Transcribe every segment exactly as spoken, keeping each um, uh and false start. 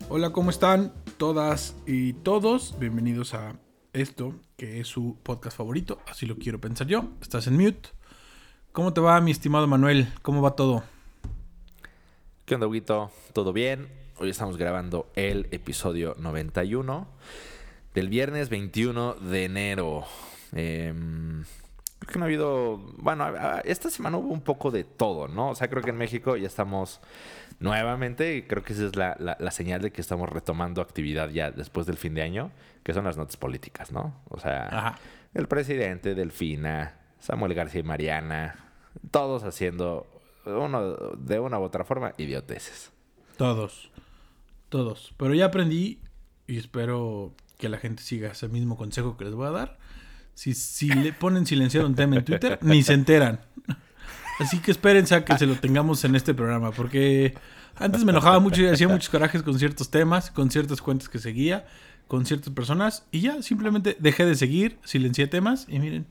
Hola, ¿cómo están todas y todos? Bienvenidos a esto, que es su podcast favorito, así lo quiero pensar yo. Estás en mute. ¿Cómo te va, mi estimado Manuel? ¿Cómo va todo? ¿Qué onda, Huguito? ¿Todo bien? Hoy estamos grabando el episodio noventa y uno del viernes veintiuno de enero. Eh, creo que no ha habido... Bueno, esta semana hubo un poco de todo, ¿no? O sea, creo que en México ya estamos nuevamente, y creo que esa es la, la, la señal de que estamos retomando actividad ya después del fin de año, que son las notas políticas, ¿no? O sea, Ajá. el presidente, Delfina, Samuel García y Mariana, todos haciendo uno de una u otra forma idioteces. Todos, todos. Pero ya aprendí y espero que la gente siga ese mismo consejo que les voy a dar. Si, si le ponen silenciar un tema en Twitter, ni se enteran. Así que espérense a que se lo tengamos en este programa, porque antes me enojaba mucho y hacía muchos corajes con ciertos temas, con ciertas cuentas que seguía, con ciertas personas, y ya simplemente dejé de seguir, silencié temas y miren,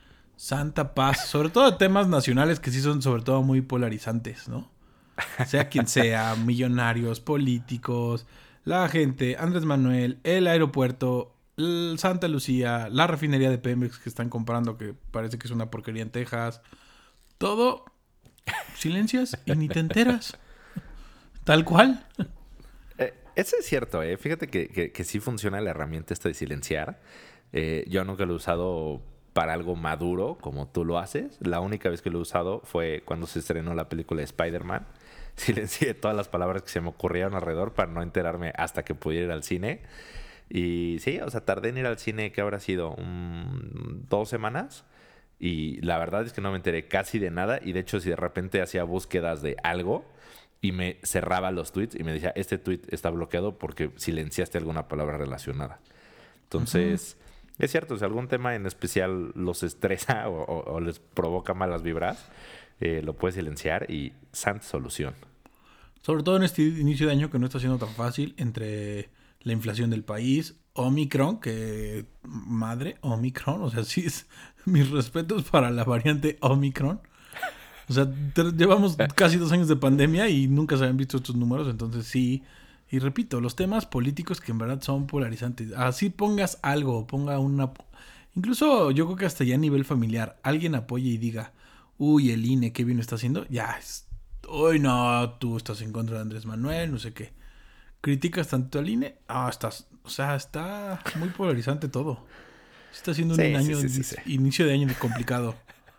santa paz, sobre todo temas nacionales que sí son sobre todo muy polarizantes, ¿no? Sea quien sea, millonarios, políticos, la gente, Andrés Manuel, el aeropuerto, el Santa Lucía, la refinería de Pemex que están comprando, que parece que es una porquería en Texas. Todo silencias y ni te enteras. Tal cual. Eh, eso es cierto, ¿eh? Fíjate que, que, que sí funciona la herramienta esta de silenciar. Eh, yo nunca lo he usado para algo maduro como tú lo haces. La única vez que lo he usado fue cuando se estrenó la película de Spider-Man. Silencié todas las palabras que se me ocurrieron alrededor para no enterarme hasta que pudiera ir al cine. Y sí, o sea, tardé en ir al cine, ¿qué habrá sido? Um, ¿Dos semanas? Y la verdad es que no me enteré casi de nada. Y de hecho, si de repente hacía búsquedas de algo y me cerraba los tweets y me decía, este tweet está bloqueado porque silenciaste alguna palabra relacionada. Entonces, uh-huh. Es cierto, si algún tema en especial los estresa o, o, o les provoca malas vibras, eh, lo puedes silenciar y santa solución. Sobre todo en este inicio de año que no está siendo tan fácil entre la inflación del país, Omicron, que madre, Omicron, o sea, sí es mis respetos para la variante Omicron. O sea, te, llevamos casi dos años de pandemia y nunca se habían visto estos números, entonces sí. Y repito, los temas políticos que en verdad son polarizantes. Así pongas algo, ponga una... Incluso yo creo que hasta ya a nivel familiar, alguien apoye y diga, uy, el I N E, qué bien está haciendo, ya es... Uy, no, tú estás en contra de Andrés Manuel, no sé qué. ¿Criticas tanto al I N E? Ah, estás... O sea, está muy polarizante todo. Está siendo Sí, un año, sí, sí, sí, sí. inicio de año complicado.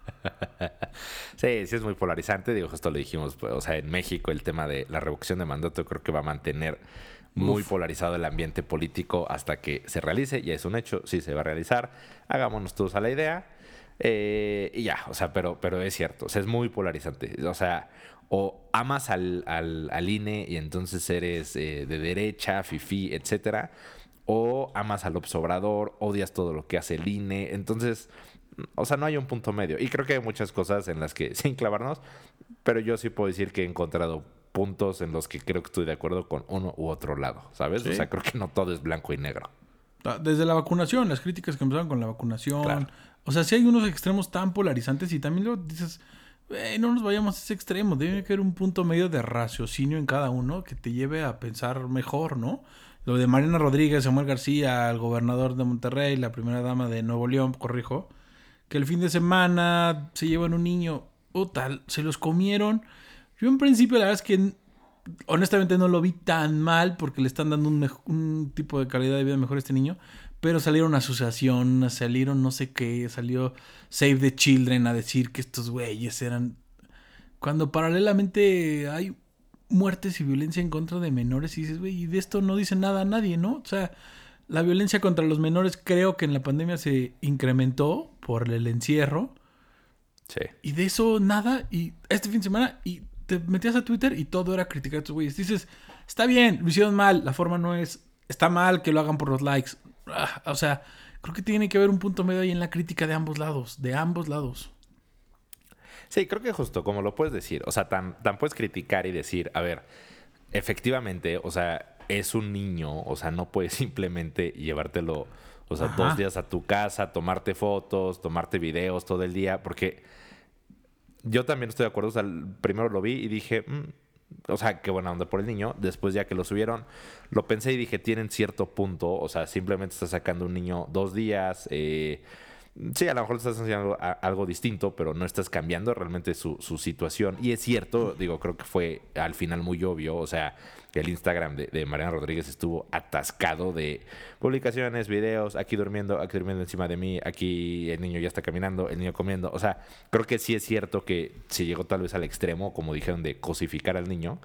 Sí, sí es muy polarizante, digo, esto lo dijimos, pues, o sea, en México el tema de la revocación de mandato creo que va a mantener muy Uf. polarizado el ambiente político hasta que se realice, ya es un hecho, sí se va a realizar, hagámonos todos a la idea, eh, y ya, o sea, pero, pero es cierto, o sea, es muy polarizante, o sea, o amas al, al, al I N E y entonces eres eh, de derecha, fifí, etcétera, o amas al López Obrador, odias todo lo que hace el I N E, entonces... O sea, no hay un punto medio. Y creo que hay muchas cosas en las que, sin clavarnos, pero yo sí puedo decir que he encontrado puntos en los que creo que estoy de acuerdo con uno u otro lado, ¿sabes? Sí. O sea, creo que no todo es blanco y negro. Desde la vacunación, las críticas que empezaron con la vacunación. Claro. O sea, sí hay unos extremos tan polarizantes y también lo dices, eh, no nos vayamos a ese extremo. Debe haber un punto medio de raciocinio en cada uno que te lleve a pensar mejor, ¿no? Lo de Mariana Rodríguez, Samuel García, el gobernador de Monterrey, la primera dama de Nuevo León, corrijo, que el fin de semana se llevan un niño, o tal, se los comieron. Yo en principio la verdad es que honestamente no lo vi tan mal porque le están dando un, mejor, un tipo de calidad de vida mejor a este niño, pero salieron asociación, salieron no sé qué, salió Save the Children a decir que estos güeyes eran... Cuando paralelamente hay muertes y violencia en contra de menores y dices, güey, y de esto no dice nada a nadie, ¿no? O sea... La violencia contra los menores creo que en la pandemia se incrementó por el encierro. Sí. Y de eso nada. Y este fin de semana y te metías a Twitter y todo era criticar a estos güeyes. Dices, está bien, lo hicieron mal. La forma no es... Está mal que lo hagan por los likes. Ah, o sea, creo que tiene que haber un punto medio ahí en la crítica de ambos lados. De ambos lados. Sí, creo que justo como lo puedes decir. O sea, tan, tan puedes criticar y decir, a ver, efectivamente, o sea... Es un niño, o sea, no puedes simplemente llevártelo, o sea, Ajá. dos días a tu casa, tomarte fotos, tomarte videos todo el día, porque yo también estoy de acuerdo, o sea, primero lo vi y dije, mmm, o sea, qué buena onda por el niño. Después ya que lo subieron, lo pensé y dije, tienen cierto punto. O sea, simplemente estás sacando un niño dos días. Eh, sí, a lo mejor le estás haciendo algo distinto, pero no estás cambiando realmente su, su situación. Y es cierto, digo, creo que fue al final muy obvio. O sea, el Instagram de, de Mariana Rodríguez estuvo atascado de publicaciones, videos, aquí durmiendo, aquí durmiendo encima de mí, aquí el niño ya está caminando, el niño comiendo. O sea, creo que sí es cierto que se llegó tal vez al extremo, como dijeron, de cosificar al niño.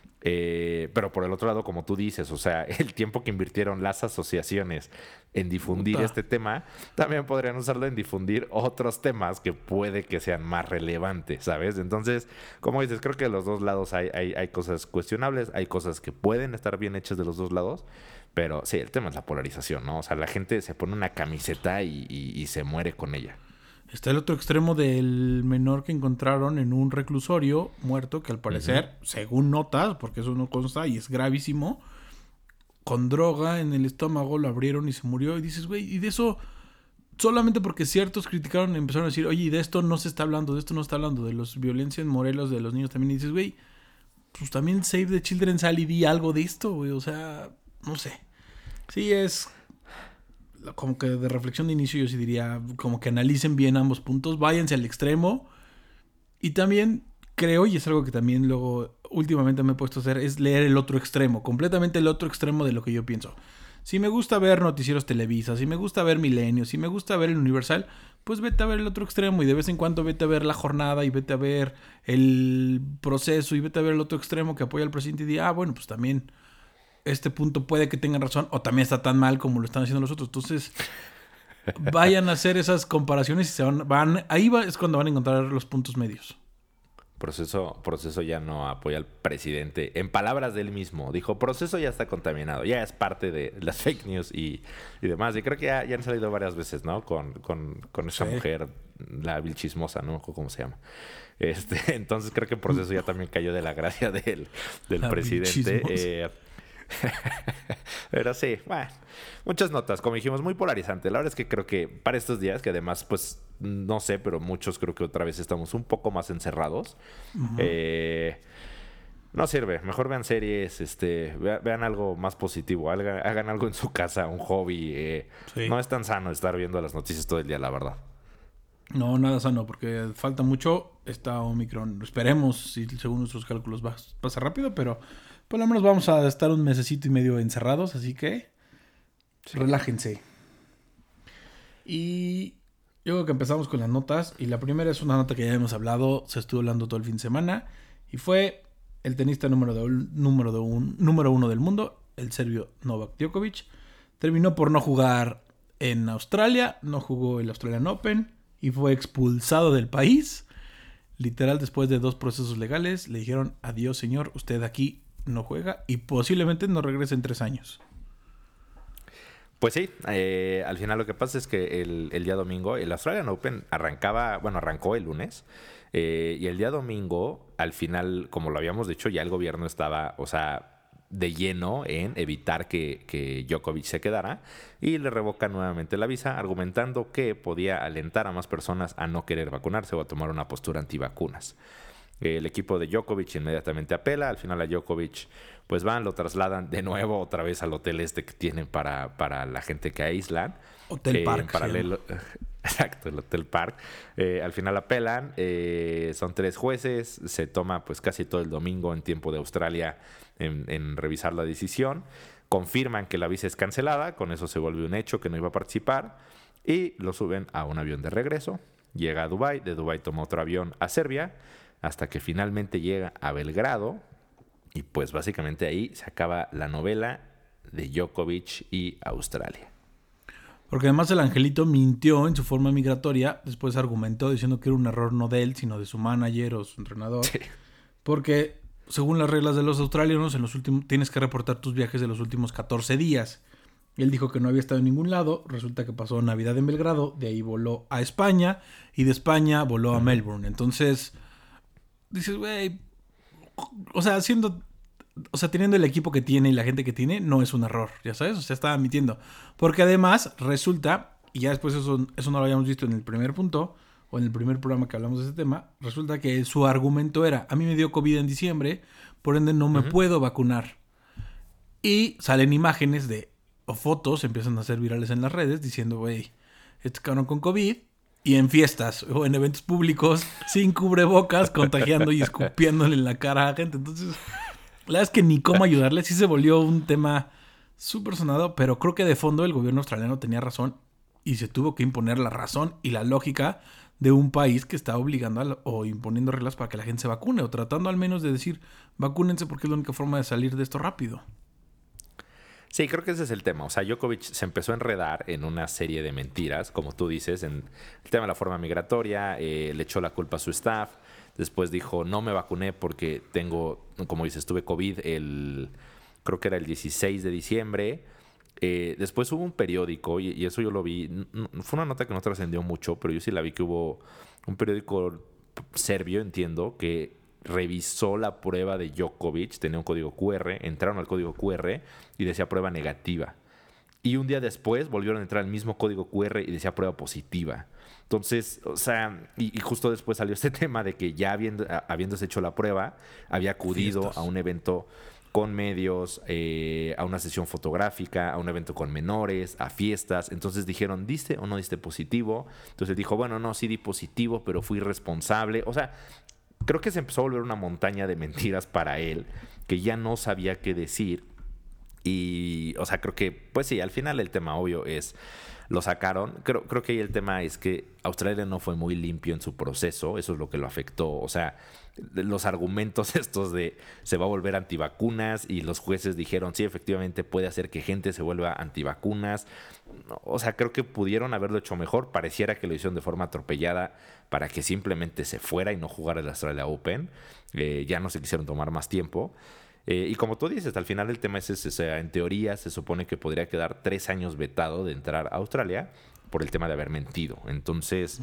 Eh, pero por el otro lado, como tú dices, o sea, el tiempo que invirtieron las asociaciones en difundir Puta. este tema, también podrían usarlo en difundir otros temas que puede que sean más relevantes, ¿sabes? Entonces, como dices, creo que de los dos lados hay, hay, hay cosas cuestionables, hay cosas que pueden estar bien hechas de los dos lados, pero sí, el tema es la polarización, ¿no? O sea, la gente se pone una camiseta y, y, y se muere con ella. Está el otro extremo del menor que encontraron en un reclusorio muerto, que al parecer, uh-huh. según notas, porque eso no consta y es gravísimo, con droga en el estómago lo abrieron y se murió. Y dices, güey, y de eso, solamente porque ciertos criticaron y empezaron a decir, oye, y de esto no se está hablando, de esto no está hablando, de los violencia en Morelos, de los niños también. Y dices, güey, pues también Save the Children sale y di algo de esto, güey. O sea, no sé. Sí, es... como que de reflexión de inicio yo sí diría como que analicen bien ambos puntos, váyanse al extremo. Y también creo, y es algo que también luego últimamente me he puesto a hacer, es leer el otro extremo, completamente el otro extremo de lo que yo pienso. Si me gusta ver noticieros Televisa, si me gusta ver Milenio, si me gusta ver el Universal, pues vete a ver el otro extremo y de vez en cuando vete a ver La Jornada y vete a ver El Proceso y vete a ver el otro extremo que apoya al presidente y diga, ah, bueno, pues también este punto puede que tengan razón o también está tan mal como lo están haciendo los otros. Entonces, vayan a hacer esas comparaciones y se van, van ahí va, es cuando van a encontrar los puntos medios. Proceso, Proceso ya no apoya al presidente. En palabras de él mismo, dijo, Proceso ya está contaminado, ya es parte de las fake news y, y demás. Y creo que ya, ya han salido varias veces, ¿no? Con, con, con esa sí. mujer, la vil chismosa, ¿no? ¿Cómo se llama? Este, entonces creo que Proceso ya también cayó de la gracia del, del presidente. Eh, Pero sí, bueno, muchas notas, como dijimos, muy polarizante. La verdad es que creo que para estos días, que además, pues, no sé, pero muchos creo que otra vez estamos un poco más encerrados. Uh-huh. Eh, no sirve. Mejor vean series, este, vean, vean algo más positivo, hagan, hagan algo en su casa, un hobby. Eh, sí. No es tan sano estar viendo las noticias todo el día, la verdad. No, nada sano, porque falta mucho. Está Omicron. Esperemos, si según nuestros cálculos va, pasa rápido, pero por lo menos vamos a estar un mesecito y medio encerrados, así que sí. Relájense. Y yo creo que empezamos con las notas. Y la primera es una nota que ya hemos hablado, se estuvo hablando todo el fin de semana. Y fue el tenista número, de, número, de un, número uno del mundo, el serbio Novak Djokovic. Terminó por no jugar en Australia, no jugó el Australian Open y fue expulsado del país. Literal, después de dos procesos legales, le dijeron, adiós señor, usted aquí no juega y posiblemente no regrese en tres años. Pues sí, eh, al final lo que pasa es que el, el día domingo, el Australian Open arrancaba, bueno, arrancó el lunes, eh, y el día domingo, al final, como lo habíamos dicho, ya el gobierno estaba, o sea, de lleno en evitar que, que Djokovic se quedara y le revoca nuevamente la visa, argumentando que podía alentar a más personas a no querer vacunarse o a tomar una postura antivacunas. El equipo de Djokovic inmediatamente apela. Al final a Djokovic pues van, lo trasladan de nuevo otra vez al hotel este que tienen para, para la gente que aíslan. Hotel eh, Park. En paralelo, sí. Exacto, el Hotel Park. Eh, al final apelan. Eh, son tres jueces. Se toma pues casi todo el domingo en tiempo de Australia en, en revisar la decisión. Confirman que la visa es cancelada. Con eso se vuelve un hecho que no iba a participar. Y lo suben a un avión de regreso. Llega a Dubái. De Dubái toma otro avión a Serbia. Hasta que finalmente llega a Belgrado y pues básicamente ahí se acaba la novela de Djokovic y Australia. Porque además el angelito mintió en su forma migratoria, después argumentó diciendo que era un error no de él, sino de su manager o su entrenador. Sí. Porque según las reglas de los australianos, en los últimos tienes que reportar tus viajes de los últimos catorce días. Él dijo que no había estado en ningún lado, resulta que pasó Navidad en Belgrado, de ahí voló a España y de España voló a Melbourne. Entonces dices, güey, o sea, haciendo, o sea, teniendo el equipo que tiene y la gente que tiene, no es un error, ya sabes, o sea, está admitiendo. Porque además resulta, y ya después eso, eso no lo habíamos visto en el primer punto, o en el primer programa que hablamos de ese tema, resulta que su argumento era, a mí me dio COVID en diciembre, por ende no me uh-huh. puedo vacunar. Y salen imágenes de, o fotos, empiezan a ser virales en las redes, diciendo, güey, este cabrón con COVID, y en fiestas o en eventos públicos, sin cubrebocas, contagiando y escupiéndole en la cara a la gente. Entonces, la verdad es que ni cómo ayudarle, sí se volvió un tema súper sonado, pero creo que de fondo el gobierno australiano tenía razón y se tuvo que imponer la razón y la lógica de un país que está obligando a, o imponiendo reglas para que la gente se vacune, o tratando al menos de decir, vacúnense porque es la única forma de salir de esto rápido. Sí, creo que ese es el tema. O sea, Djokovic se empezó a enredar en una serie de mentiras, como tú dices, en el tema de la forma migratoria, eh, le echó la culpa a su staff, después dijo, no me vacuné porque tengo, como dices, tuve COVID el, creo que era el dieciséis de diciembre. Eh, después hubo un periódico, y, y eso yo lo vi, no, fue una nota que no trascendió mucho, pero yo sí la vi, que hubo un periódico serbio, entiendo, que revisó la prueba de Djokovic, tenía un código cu erre, entraron al código cu erre y decía prueba negativa. Y un día después volvieron a entrar al mismo código cu erre y decía prueba positiva. Entonces, o sea, y, y justo después salió este tema de que ya habiendo, habiéndose hecho la prueba, había acudido Fiestas. a un evento con medios, eh, a una sesión fotográfica, a un evento con menores, a fiestas. Entonces dijeron, ¿diste o no diste positivo? Entonces él dijo, bueno, no, sí di positivo, pero fui responsable. O sea, creo que se empezó a volver una montaña de mentiras para él, que ya no sabía qué decir. Y, o sea, creo que, pues sí, al final el tema obvio es, lo sacaron. Creo, creo que ahí el tema es que Australia no fue muy limpio en su proceso, eso es lo que lo afectó. O sea, los argumentos estos de se va a volver antivacunas y los jueces dijeron, sí, efectivamente puede hacer que gente se vuelva antivacunas. O sea, creo que pudieron haberlo hecho mejor. Pareciera que lo hicieron de forma atropellada para que simplemente se fuera y no jugara el Australia Open. Eh, ya no se quisieron tomar más tiempo. Eh, y como tú dices, al final el tema es ese. O sea, en teoría se supone que podría quedar tres años vetado de entrar a Australia por el tema de haber mentido. Entonces,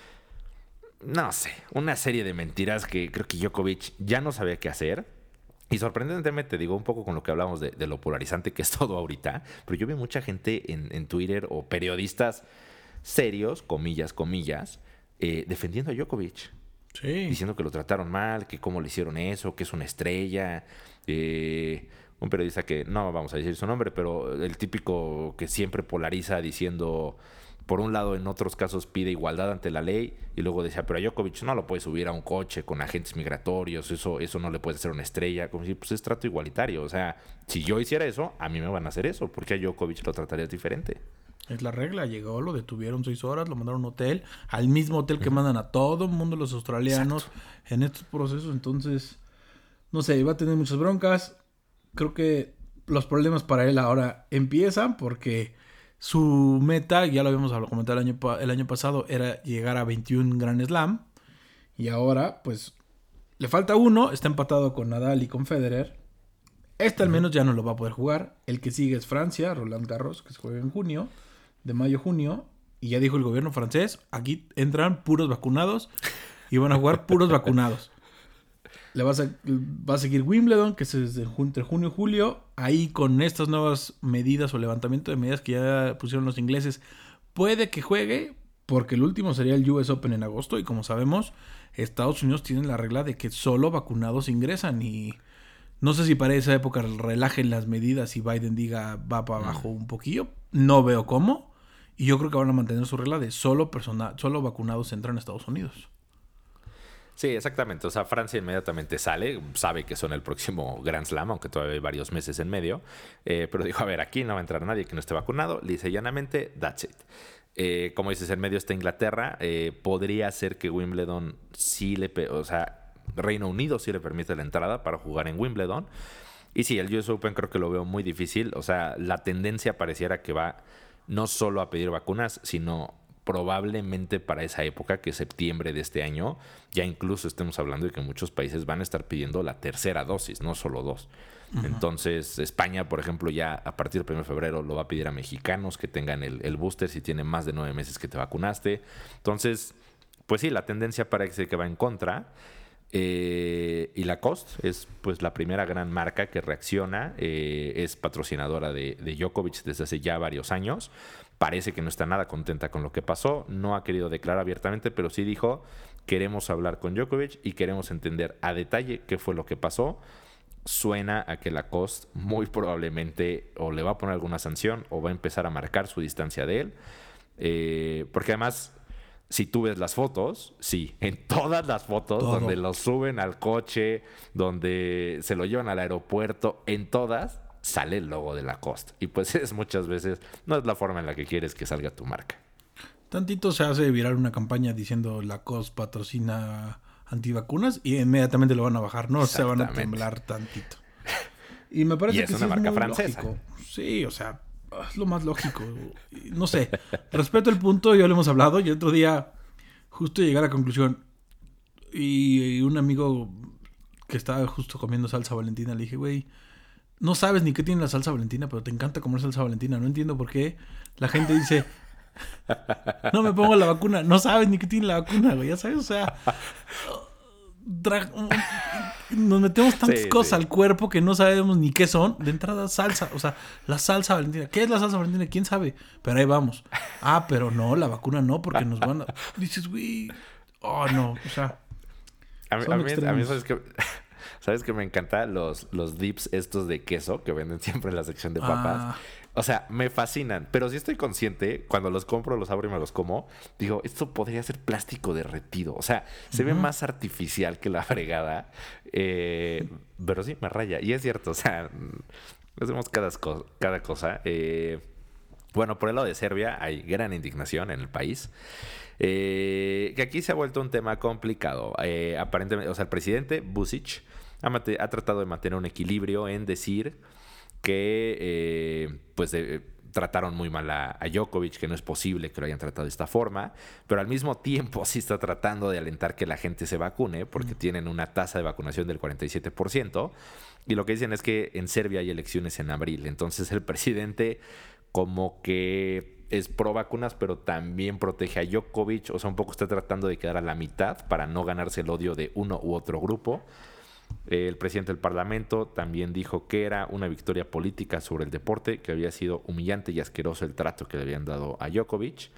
uh-huh. no sé, una serie de mentiras que creo que Djokovic ya no sabía qué hacer. Y sorprendentemente, digo, un poco con lo que hablamos de, de lo polarizante que es todo ahorita, pero yo veo mucha gente en, en Twitter o periodistas serios, comillas, comillas, eh, defendiendo a Djokovic. Sí. Diciendo que lo trataron mal, que cómo le hicieron eso, que es una estrella. Eh, un periodista que no vamos a decir su nombre, pero el típico que siempre polariza diciendo, por un lado en otros casos pide igualdad ante la ley y luego decía, pero a Djokovic no lo puede subir a un coche con agentes migratorios, eso, eso no le puede hacer una estrella, como si pues es trato igualitario. O sea, si yo hiciera eso, a mí me van a hacer eso, porque a Djokovic lo tratarías diferente. Es la regla, llegó, lo detuvieron seis horas, lo mandaron a un hotel, al mismo hotel que mandan a todo el mundo los australianos. Exacto. En estos procesos. Entonces, no sé, va a tener muchas broncas. Creo que los problemas para él ahora empiezan porque su meta, ya lo habíamos comentado el año, el año pasado, era llegar a veintiún Grand Slam. Y ahora, pues, le falta uno, está empatado con Nadal y con Federer. Este al menos ya no lo va a poder jugar. El que sigue es Francia, Roland Garros, que se juega en junio. De mayo-junio, y ya dijo el gobierno francés, aquí entran puros vacunados y van a jugar puros vacunados. Le va a, va a seguir Wimbledon, que es desde entre junio y julio, ahí con estas nuevas medidas o levantamiento de medidas que ya pusieron los ingleses, puede que juegue, porque el último sería el U S Open en agosto, y como sabemos, Estados Unidos tiene la regla de que solo vacunados ingresan, y no sé si para esa época relajen las medidas y Biden diga va para abajo un poquillo, no veo cómo. Y yo creo que van a mantener su regla de solo persona, solo vacunados entran a Estados Unidos. Sí, exactamente. O sea, Francia inmediatamente sale, sabe que son el próximo Grand Slam, aunque todavía hay varios meses en medio. Eh, pero dijo, a ver, aquí no va a entrar nadie que no esté vacunado. Le dice llanamente, that's it. Eh, como dices, en medio está Inglaterra. Eh, podría ser que Wimbledon sí le... Pe- o sea, Reino Unido sí le permite la entrada para jugar en Wimbledon. Y sí, el U S Open creo que lo veo muy difícil. O sea, la tendencia pareciera que va... no solo a pedir vacunas, sino probablemente para esa época, que es septiembre de este año, ya incluso estemos hablando de que muchos países van a estar pidiendo la tercera dosis, no solo dos. Uh-huh. Entonces, España, por ejemplo, ya a partir del primero de febrero lo va a pedir a mexicanos que tengan el, el booster si tienen más de nueve meses que te vacunaste. Entonces, pues sí, la tendencia parece que va en contra. Eh, y Lacoste es pues la primera gran marca que reacciona, eh, es patrocinadora de, de Djokovic desde hace ya varios años, parece que no está nada contenta con lo que pasó, no ha querido declarar abiertamente, pero sí dijo, queremos hablar con Djokovic y queremos entender a detalle qué fue lo que pasó. Suena a que Lacoste muy probablemente o le va a poner alguna sanción o va a empezar a marcar su distancia de él, eh, porque además... Si tú ves las fotos, sí, en todas las fotos, Todo. donde lo suben al coche, donde se lo llevan al aeropuerto, en todas sale el logo de Lacoste. Y pues es muchas veces, no es la forma en la que quieres que salga tu marca. Tantito se hace viral una campaña diciendo Lacoste patrocina antivacunas y inmediatamente lo van a bajar, no se van a temblar tantito. Y me parece y es que una sí marca es muy francesa. Lógico. Sí, o sea... es lo más lógico. No sé. Respeto el punto, ya lo hemos hablado. Y otro día justo llegué a la conclusión. Y un amigo que estaba justo comiendo salsa valentina le dije, güey, no sabes ni qué tiene la salsa valentina, pero te encanta comer salsa valentina. No entiendo por qué la gente dice, no me pongo la vacuna. No sabes ni qué tiene la vacuna, güey. Ya sabes, o sea... Dra- nos metemos tantas sí, cosas sí. al cuerpo que no sabemos ni qué son. De entrada, salsa, o sea, la salsa valentina. ¿Qué es la salsa valentina? ¿Quién sabe? Pero ahí vamos. Ah, pero no, la vacuna no, porque nos van a... Dices, güey, oh, no, o sea... A mí, a mí, a mí sabes que... ¿Sabes que me encantan los, los dips estos de queso que venden siempre en la sección de papas? Ah. O sea, me fascinan. Pero sí estoy consciente, cuando los compro, los abro y me los como, digo, esto podría ser plástico derretido. O sea, se uh-huh. ve más artificial que la fregada. Eh, pero sí, me raya. Y es cierto, o sea, hacemos cada, cada cosa. Eh, bueno, por el lado de Serbia hay gran indignación en el país. Eh, que aquí se ha vuelto un tema complicado. Eh, aparentemente, o sea, el presidente Vučić ha, mate- ha tratado de mantener un equilibrio en decir que eh, pues de, trataron muy mal a, a Djokovic, que no es posible que lo hayan tratado de esta forma, pero al mismo tiempo sí está tratando de alentar que la gente se vacune porque mm. tienen una tasa de vacunación del cuarenta y siete por ciento y lo que dicen es que en Serbia hay elecciones en abril, entonces el presidente como que es pro vacunas, pero también protege a Djokovic, o sea, un poco está tratando de quedar a la mitad para no ganarse el odio de uno u otro grupo. El presidente del Parlamento también dijo que era una victoria política sobre el deporte, que había sido humillante y asqueroso el trato que le habían dado a Djokovic.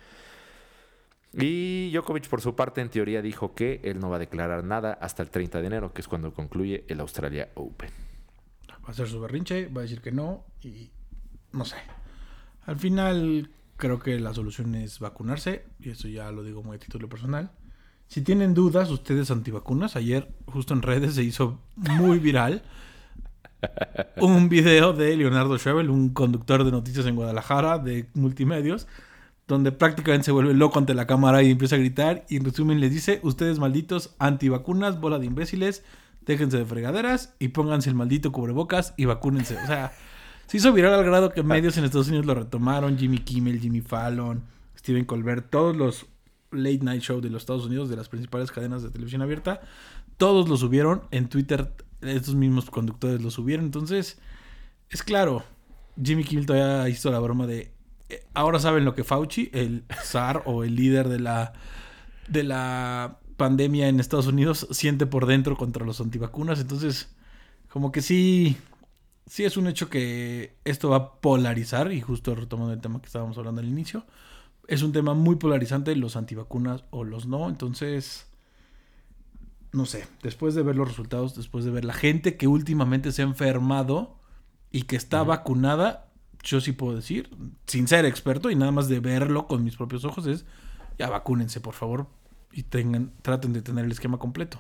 Y Djokovic, por su parte, en teoría dijo que él no va a declarar nada hasta el treinta de enero, que es cuando concluye el Australia Open. Va a hacer su berrinche, va a decir que no y no sé. Al final creo que la solución es vacunarse y eso ya lo digo muy a título personal. Si tienen dudas, ustedes antivacunas, ayer justo en redes se hizo muy viral un video de Leonardo Schwebel, un conductor de noticias en Guadalajara de multimedios, donde prácticamente se vuelve loco ante la cámara y empieza a gritar y en resumen les dice, ustedes malditos antivacunas, bola de imbéciles, déjense de fregaderas y pónganse el maldito cubrebocas y vacúnense. O sea, se hizo viral al grado que medios en Estados Unidos lo retomaron, Jimmy Kimmel, Jimmy Fallon, Stephen Colbert, todos los late night show de los Estados Unidos, de las principales cadenas de televisión abierta, todos lo subieron en Twitter, estos mismos conductores lo subieron, entonces es claro, Jimmy Kimmel todavía hizo la broma de eh, ahora saben lo que Fauci, el zar o el líder de la de la pandemia en Estados Unidos, siente por dentro contra los antivacunas, entonces como que sí sí es un hecho que esto va a polarizar, y justo retomando el tema que estábamos hablando al inicio, es un tema muy polarizante, los antivacunas o los no. Entonces, no sé, después de ver los resultados, después de ver la gente que últimamente se ha enfermado y que está uh-huh. vacunada, yo sí puedo decir, sin ser experto y nada más de verlo con mis propios ojos, es ya vacúnense, por favor, y tengan, traten de tener el esquema completo.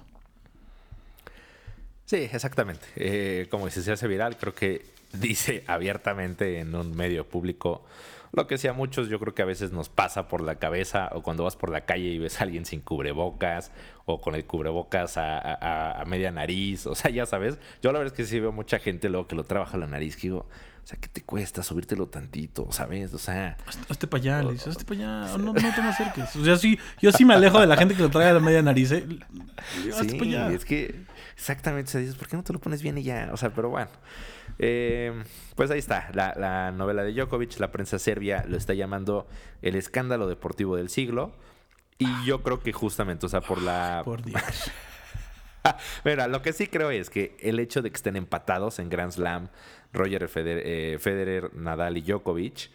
Sí, exactamente. Eh, como dice, se hace viral, creo que dice abiertamente en un medio público lo que sí a muchos yo creo que a veces nos pasa por la cabeza, o cuando vas por la calle y ves a alguien sin cubrebocas o con el cubrebocas a, a, a media nariz, o sea, ya sabes, yo la verdad es que sí veo mucha gente luego que lo trabaja la nariz, que digo, o sea, ¿qué te cuesta subírtelo tantito, sabes? O sea... Hazte para allá, le dices, hazte para allá, no, no te me acerques. O sea, sí, yo sí me alejo de la gente que lo trae a la media nariz, ¿eh? Hazte sí, para allá. Es que exactamente, o sea, dices, ¿por qué no te lo pones bien y ya? O sea, pero bueno... Eh, pues ahí está, la, la novela de Djokovic, la prensa serbia lo está llamando el escándalo deportivo del siglo, y yo creo que justamente, o sea, por la... Por Dios. Mira, lo que sí creo es que el hecho de que estén empatados en Grand Slam, Roger Federer, eh, Federer, Nadal y Djokovic,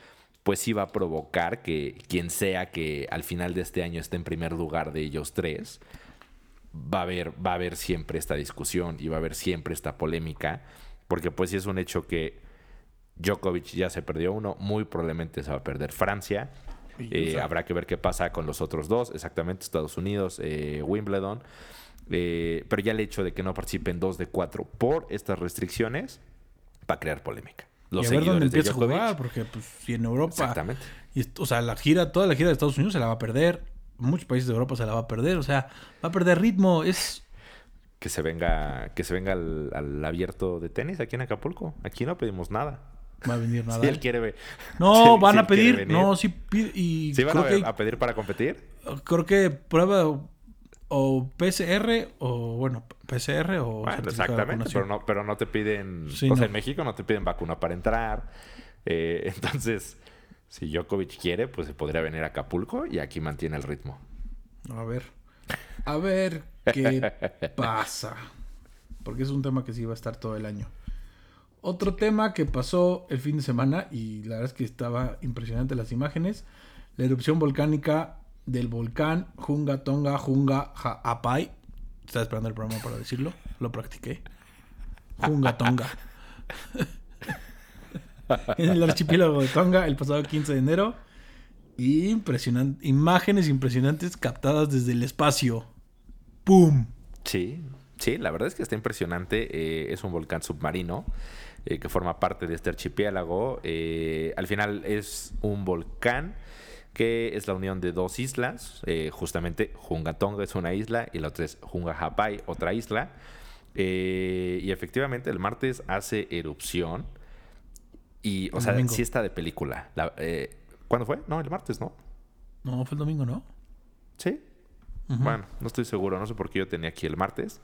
pues sí va a provocar que quien sea que al final de este año esté en primer lugar de ellos tres, va a haber, va a haber siempre esta discusión y va a haber siempre esta polémica, porque pues sí es un hecho que Djokovic ya se perdió uno, muy probablemente se va a perder Francia. Eh, habrá que ver qué pasa con los otros dos, exactamente, Estados Unidos, eh, Wimbledon. Eh, pero ya el hecho de que no participen dos de cuatro por estas restricciones va a crear polémica. Los y a ver dónde empieza a jugar, porque pues si en Europa... Exactamente. Y, o sea, la gira, toda la gira de Estados Unidos se la va a perder. Muchos países de Europa se la va a perder. O sea, va a perder ritmo. Es... Que se venga, que se venga al, al abierto de tenis aquí en Acapulco. Aquí no pedimos nada. Va a venir nada. Si él quiere ver. No, si, van si a pedir. No, sí pide. Y ¿Sí van a, que, a pedir para competir? Creo que prueba o P C R o, bueno, P C R o... Bueno, exactamente, pero no, pero no te piden... Sí, o no. sea, en México no te piden vacuna para entrar. Eh, entonces, si Djokovic quiere, pues se podría venir a Acapulco y aquí mantiene el ritmo. A ver. A ver qué pasa. Porque es un tema que sí va a estar todo el año. Otro tema que pasó el fin de semana, y la verdad es que estaba impresionante las imágenes, la erupción volcánica del volcán Hunga Tonga Hunga Ha'apai. Estaba esperando el programa para decirlo, lo practiqué. Hunga Tonga. En el archipiélago de Tonga el pasado quince de enero. Impresionante, imágenes impresionantes captadas desde el espacio. ¡Pum! Sí, sí, la verdad es que está impresionante. Eh, es un volcán submarino eh, que forma parte de este archipiélago. Eh, al final es un volcán que es la unión de dos islas. Eh, justamente Hunga Tonga es una isla y la otra es Hunga Ha'apai, otra isla. Eh, y efectivamente el martes hace erupción. Y, o El sea, domingo. sí está de película. La, eh, ¿Cuándo fue? No, el martes, ¿no? No, fue el domingo, ¿no? ¿Sí? Uh-huh. Bueno, no estoy seguro. No sé por qué yo tenía aquí el martes.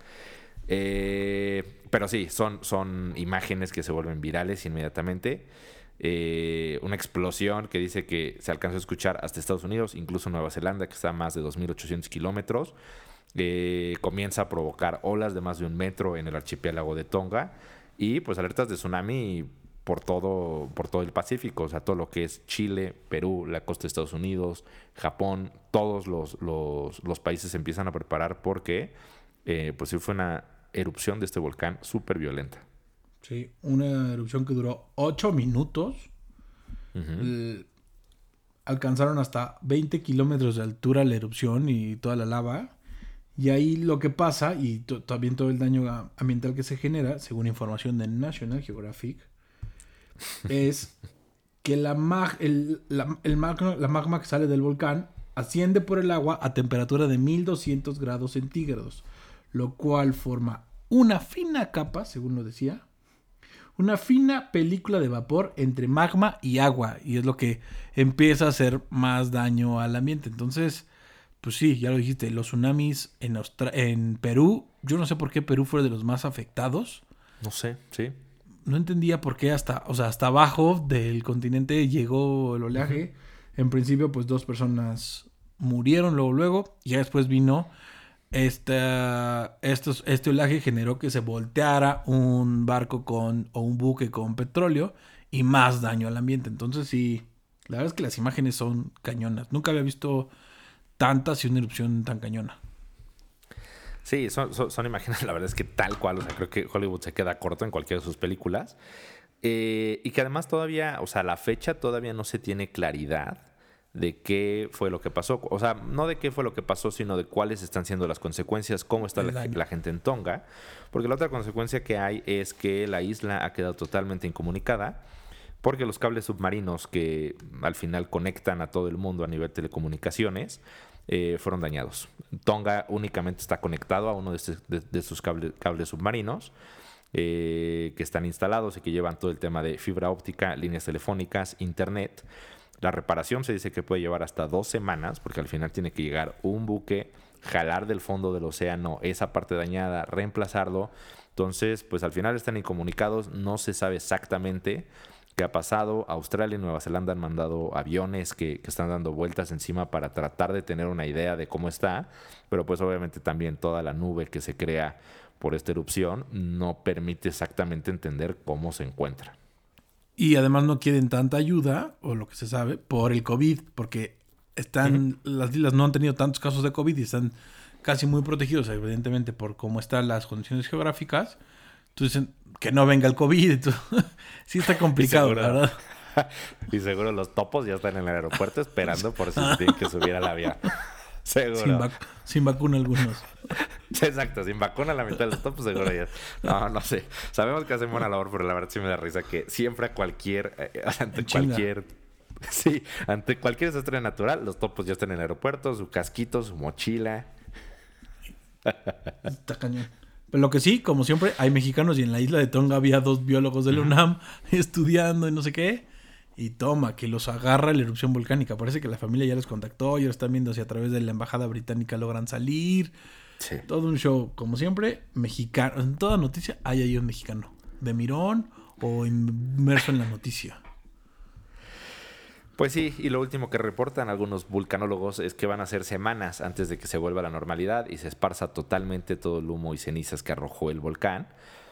Eh, pero sí, son, son imágenes que se vuelven virales inmediatamente. Eh, una explosión que dice que se alcanzó a escuchar hasta Estados Unidos, incluso Nueva Zelanda, que está a más de dos mil ochocientos kilómetros. Eh, comienza a provocar olas de más de un metro en el archipiélago de Tonga. Y pues alertas de tsunami por todo, por todo el Pacífico, o sea, todo lo que es Chile, Perú, la costa de Estados Unidos, Japón, todos los, los, los países se empiezan a preparar porque eh, pues sí fue una erupción de este volcán súper violenta. Sí, una erupción que duró ocho minutos. Uh-huh. El, alcanzaron hasta veinte kilómetros de altura la erupción y toda la lava. Y ahí lo que pasa, y t- también todo el daño ambiental que se genera, según información de National Geographic, es que la, mag, el, la, el magma, la magma que sale del volcán asciende por el agua a temperatura de mil doscientos grados centígrados, lo cual forma una fina capa, según lo decía, una fina película de vapor entre magma y agua, y es lo que empieza a hacer más daño al ambiente. Entonces, pues sí, ya lo dijiste, los tsunamis en, Austra- en Perú, yo no sé por qué Perú fue de los más afectados. No sé, sí. No entendía por qué hasta, o sea, hasta abajo del continente llegó el oleaje. Uh-huh. En principio, pues dos personas murieron luego, luego. Y ya después vino esta, estos, este oleaje generó que se volteara un barco con, o un buque con petróleo y más daño al ambiente. Entonces sí, la verdad es que las imágenes son cañonas. Nunca había visto tantas y una erupción tan cañona. Sí, son, son, son imágenes, la verdad es que tal cual, o sea, creo que Hollywood se queda corto en cualquiera de sus películas. Eh, y que además todavía, o sea, a la fecha todavía no se tiene claridad de qué fue lo que pasó. O sea, no de qué fue lo que pasó, sino de cuáles están siendo las consecuencias, cómo está la, la gente en Tonga. Porque la otra consecuencia que hay es que la isla ha quedado totalmente incomunicada, porque los cables submarinos que al final conectan a todo el mundo a nivel de telecomunicaciones Eh, fueron dañados. Tonga únicamente está conectado a uno de, este, de, de sus cable, cables submarinos eh, que están instalados y que llevan todo el tema de fibra óptica, líneas telefónicas, internet. La reparación se dice que puede llevar hasta dos semanas porque al final tiene que llegar un buque, jalar del fondo del océano esa parte dañada, reemplazarlo. Entonces, pues al final están incomunicados, no se sabe exactamente qué ha pasado. Australia y Nueva Zelanda han mandado aviones que, que están dando vueltas encima para tratar de tener una idea de cómo está, pero pues obviamente también toda la nube que se crea por esta erupción no permite exactamente entender cómo se encuentra. Y además no quieren tanta ayuda, o lo que se sabe, por el COVID, porque están, uh-huh. las islas no han tenido tantos casos de COVID y están casi muy protegidos, evidentemente, por cómo están las condiciones geográficas. Entonces, que no venga el COVID. Entonces, sí está complicado, seguro, la verdad. Y seguro los topos ya están en el aeropuerto esperando por si se tienen que subir al avión. Seguro. Sin, vac- sin vacuna algunos. Exacto, sin vacuna la mitad de los topos seguro ya. No, no sé. Sabemos que hacen buena labor, pero la verdad sí me da risa que siempre a cualquier... Eh, ante cualquier... Sí, ante cualquier desastre natural, los topos ya están en el aeropuerto, su casquito, su mochila. Está cañón. Pero lo que sí, como siempre, hay mexicanos y en la isla de Tonga había dos biólogos de la UNAM estudiando y no sé qué. Y toma, que los agarra la erupción volcánica. Parece que la familia ya los contactó, ya lo están viendo si a través de la embajada británica logran salir. Sí. Todo un show, como siempre, mexicano. En toda noticia hay ahí un mexicano. De mirón o inmerso en la noticia. Pues sí, y lo último que reportan algunos vulcanólogos es que van a ser semanas antes de que se vuelva a la normalidad y se esparza totalmente todo el humo y cenizas que arrojó el volcán.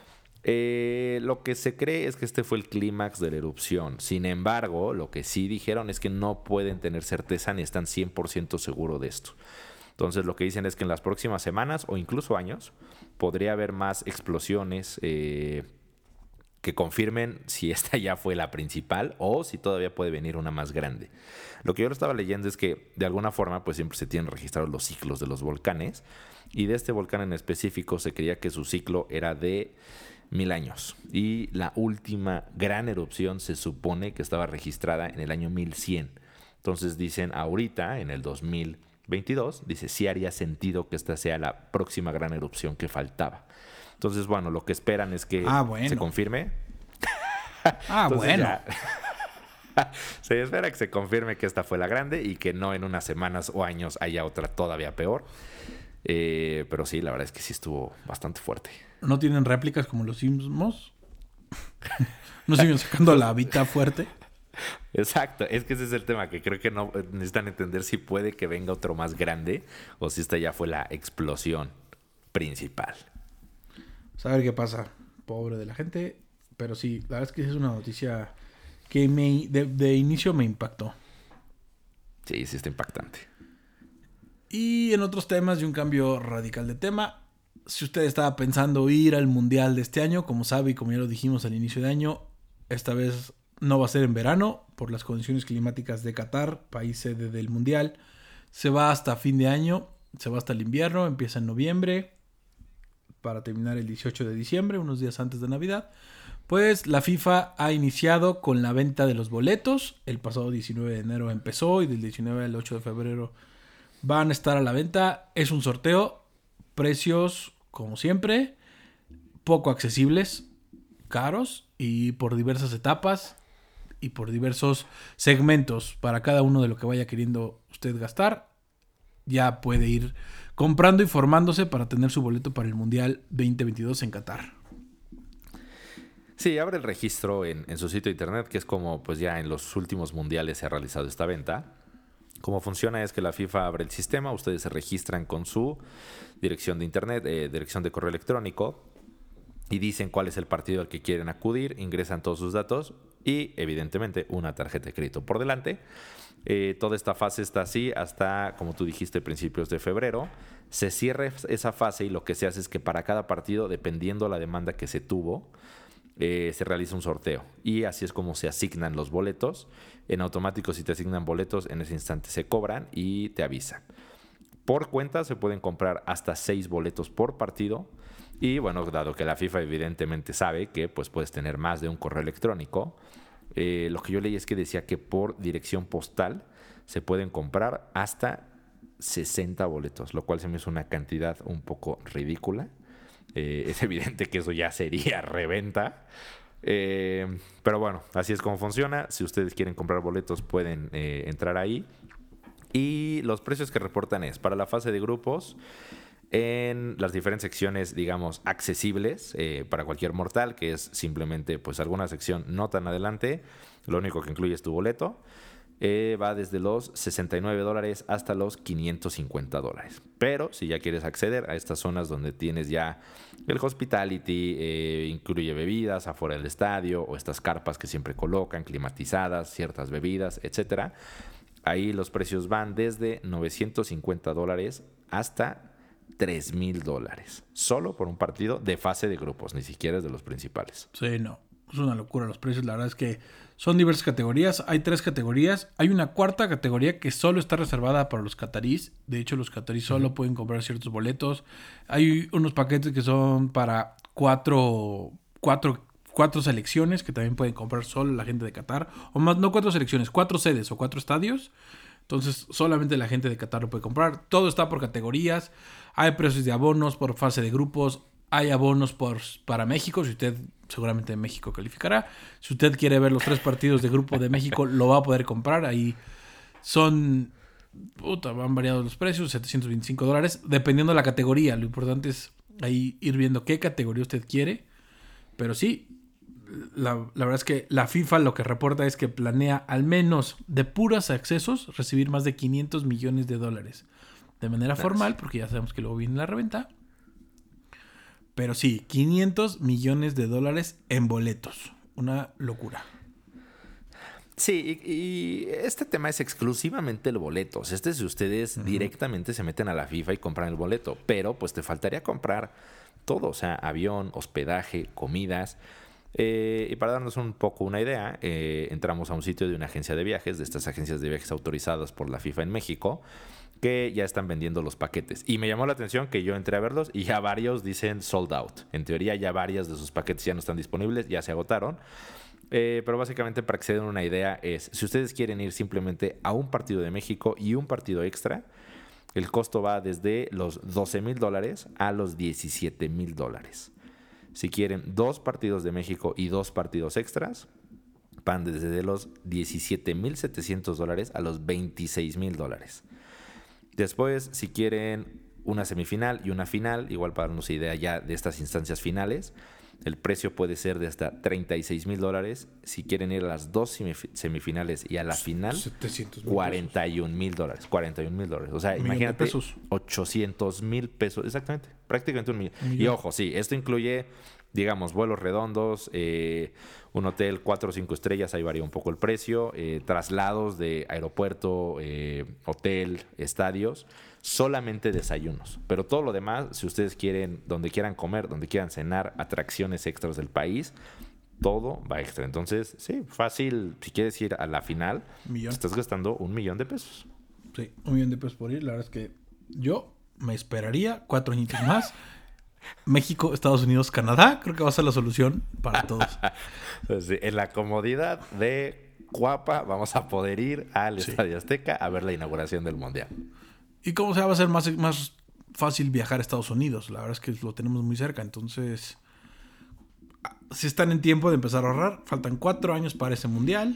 Eh, lo que se cree es que este fue el clímax de la erupción. Sin embargo, lo que sí dijeron es que no pueden tener certeza ni están cien por ciento seguros de esto. Entonces lo que dicen es que en las próximas semanas o incluso años podría haber más explosiones eh, que confirmen si esta ya fue la principal o si todavía puede venir una más grande. Lo que yo estaba leyendo es que de alguna forma pues siempre se tienen registrados los ciclos de los volcanes y de este volcán en específico se creía que su ciclo era de mil años y la última gran erupción se supone que estaba registrada en el año mil cien. Entonces dicen ahorita en el dos mil veintidós, dice sí haría sentido que esta sea la próxima gran erupción que faltaba. Entonces bueno, lo que esperan es que ah, bueno. se confirme. Ah, bueno. Ya, se espera que se confirme que esta fue la grande y que no en unas semanas o años haya otra todavía peor. Eh, pero sí, la verdad es que sí estuvo bastante fuerte. ¿No tienen réplicas como los sismos? ¿No siguen sacando la habita fuerte? Exacto, es que ese es el tema, que creo que no necesitan entender si puede que venga otro más grande o si esta ya fue la explosión principal. Pues a ver qué pasa, pobre de la gente. Pero sí, la verdad es que es una noticia que me, de, de inicio me impactó. Sí, sí está impactante. Y en otros temas y un cambio radical de tema, si usted estaba pensando ir al Mundial de este año, como sabe y como ya lo dijimos al inicio de año, esta vez no va a ser en verano por las condiciones climáticas de Qatar, país sede del Mundial. Se va hasta fin de año, se va hasta el invierno, empieza en noviembre para terminar el dieciocho de diciembre, unos días antes de Navidad. Pues la FIFA ha iniciado con la venta de los boletos. El pasado diecinueve de enero empezó y del diecinueve al ocho de febrero van a estar a la venta. Es un sorteo. Precios, como siempre, poco accesibles, caros y por diversas etapas y por diversos segmentos para cada uno de lo que vaya queriendo usted gastar. Ya puede ir comprando y formándose para tener su boleto para el Mundial veinte veintidós en Qatar. Sí, abre el registro en, en su sitio de internet, que es como pues ya en los últimos mundiales se ha realizado esta venta. Cómo funciona es que la FIFA abre el sistema, ustedes se registran con su dirección de internet, eh, dirección de correo electrónico y dicen cuál es el partido al que quieren acudir, ingresan todos sus datos y evidentemente una tarjeta de crédito por delante. Eh, toda esta fase está así hasta, como tú dijiste, principios de febrero. Se cierra esa fase y lo que se hace es que para cada partido, dependiendo la demanda que se tuvo, Eh, se realiza un sorteo y así es como se asignan los boletos. En automático, si te asignan boletos, en ese instante se cobran y te avisan. Por cuenta se pueden comprar hasta seis boletos por partido y bueno, dado que la FIFA evidentemente sabe que pues puedes tener más de un correo electrónico, eh, lo que yo leí es que decía que por dirección postal se pueden comprar hasta sesenta boletos, lo cual se me hizo una cantidad un poco ridícula. Eh, es evidente que eso ya sería reventa. Eh, pero bueno, así es como funciona. Si ustedes quieren comprar boletos, pueden eh, entrar ahí. Y los precios que reportan es para la fase de grupos en las diferentes secciones, digamos, accesibles eh, para cualquier mortal, que es simplemente pues alguna sección no tan adelante. Lo único que incluye es tu boleto. eh, va desde los sesenta y nueve dólares hasta los quinientos cincuenta dólares. Pero si ya quieres acceder a estas zonas donde tienes ya el hospitality, eh, incluye bebidas afuera del estadio o estas carpas que siempre colocan, climatizadas, ciertas bebidas, etcétera. Ahí los precios van desde novecientos cincuenta dólares hasta tres mil dólares. Solo por un partido de fase de grupos, ni siquiera es de los principales. Sí, no. Es una locura los precios. La verdad es que son diversas categorías. Hay tres categorías. Hay una cuarta categoría que solo está reservada para los catarís. De hecho, los catarís solo uh-huh. pueden comprar ciertos boletos. Hay unos paquetes que son para cuatro, cuatro, cuatro selecciones que también pueden comprar solo la gente de Qatar. O más, no cuatro selecciones, cuatro sedes o cuatro estadios. Entonces, solamente la gente de Qatar lo puede comprar. Todo está por categorías. Hay precios de abonos por fase de grupos. Hay abonos por, para México, si usted seguramente México calificará. Si usted quiere ver los tres partidos de grupo de México, lo va a poder comprar. Ahí son, puta, van variados los precios, setecientos veinticinco dólares, dependiendo de la categoría. Lo importante es ahí ir viendo qué categoría usted quiere. Pero sí, la, la verdad es que la FIFA lo que reporta es que planea al menos de puros accesos recibir más de quinientos millones de dólares. De manera Gracias. formal, porque ya sabemos que luego viene la reventa. Pero sí, quinientos millones de dólares en boletos. Una locura. Sí, y, y este tema es exclusivamente el boleto. Este es si ustedes uh-huh. directamente se meten a la FIFA y compran el boleto. Pero pues te faltaría comprar todo. O sea, avión, hospedaje, comidas. Eh, y para darnos un poco una idea, eh, entramos a un sitio de una agencia de viajes, de estas agencias de viajes autorizadas por la FIFA en México, que ya están vendiendo los paquetes. Y me llamó la atención que yo entré a verlos y ya varios dicen sold out. En teoría ya varias de sus paquetes ya no están disponibles, ya se agotaron. Eh, pero básicamente, para que se den una idea, es si ustedes quieren ir simplemente a un partido de México y un partido extra, el costo va desde los doce mil dólares a los diecisiete mil dólares. Si quieren dos partidos de México y dos partidos extras, van desde los diecisiete mil setecientos dólares a los veintiséis mil dólares. Después, si quieren una semifinal y una final, igual para darnos idea ya de estas instancias finales, el precio puede ser de hasta treinta y seis mil dólares. Si quieren ir a las dos semifinales y a la final, cuarenta y un mil dólares. cuarenta y un mil dólares. O sea, un imagínate, pesos. ochocientos mil pesos. Exactamente, prácticamente un millón. un millón. Y ojo, sí, esto incluye, digamos, vuelos redondos, eh, un hotel cuatro o cinco estrellas, ahí varía un poco el precio, eh, traslados de aeropuerto, eh, hotel, estadios, solamente desayunos. Pero todo lo demás, si ustedes quieren, donde quieran comer, donde quieran cenar, atracciones extras del país, todo va extra. Entonces, sí, fácil, si quieres ir a la final, millón. Estás gastando un millón de pesos. Sí, un millón de pesos por ir. La verdad es que yo me esperaría cuatro añitos más. México, Estados Unidos, Canadá, creo que va a ser la solución para todos. Sí, en la comodidad de Cuapa vamos a poder ir al sí. Estadio Azteca a ver la inauguración del Mundial. Y como sea, va a ser más, más fácil viajar a Estados Unidos. La verdad es que lo tenemos muy cerca. Entonces, si están en tiempo de empezar a ahorrar, faltan cuatro años para ese Mundial.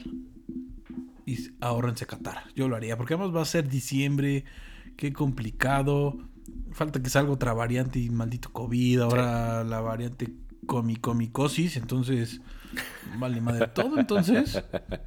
Y ahórrense Qatar. Yo lo haría, porque además va a ser diciembre. Qué complicado. Falta que salga otra variante y maldito COVID. Ahora sí. La variante comicomicosis. Entonces, vale madre todo. Entonces,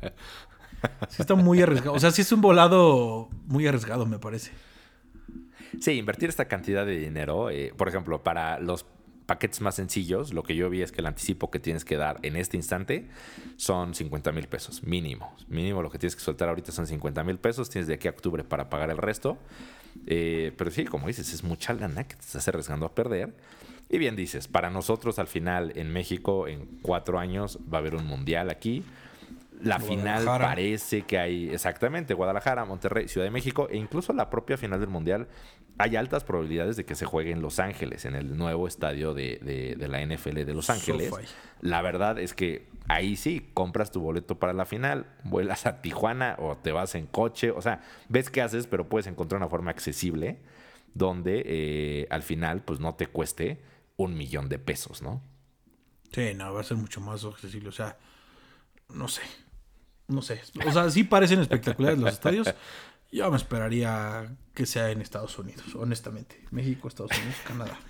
sí está muy arriesgado. O sea, sí es un volado muy arriesgado, me parece. Sí, invertir esta cantidad de dinero, eh, por ejemplo, para los paquetes más sencillos, lo que yo vi es que el anticipo que tienes que dar en este instante son cincuenta mil pesos, mínimo. Mínimo lo que tienes que soltar ahorita son cincuenta mil pesos. Tienes de aquí a octubre para pagar el resto. Eh, pero sí, como dices, es mucha lana que te estás arriesgando a perder. Y bien dices, para nosotros al final en México, en cuatro años, va a haber un mundial aquí. La final parece que hay, exactamente, Guadalajara, Monterrey, Ciudad de México, e incluso la propia final del Mundial, hay altas probabilidades de que se juegue en Los Ángeles, en el nuevo estadio de, de, de la N F L de Los Ángeles. So la verdad es que ahí sí, compras tu boleto para la final, vuelas a Tijuana o te vas en coche, o sea, ves qué haces, pero puedes encontrar una forma accesible donde eh, al final pues no te cueste un millón de pesos, ¿no? Sí, no, va a ser mucho más accesible, o sea, no sé. No sé, o sea, sí parecen espectaculares los estadios. Yo me esperaría que sea en Estados Unidos, honestamente. México, Estados Unidos, Canadá.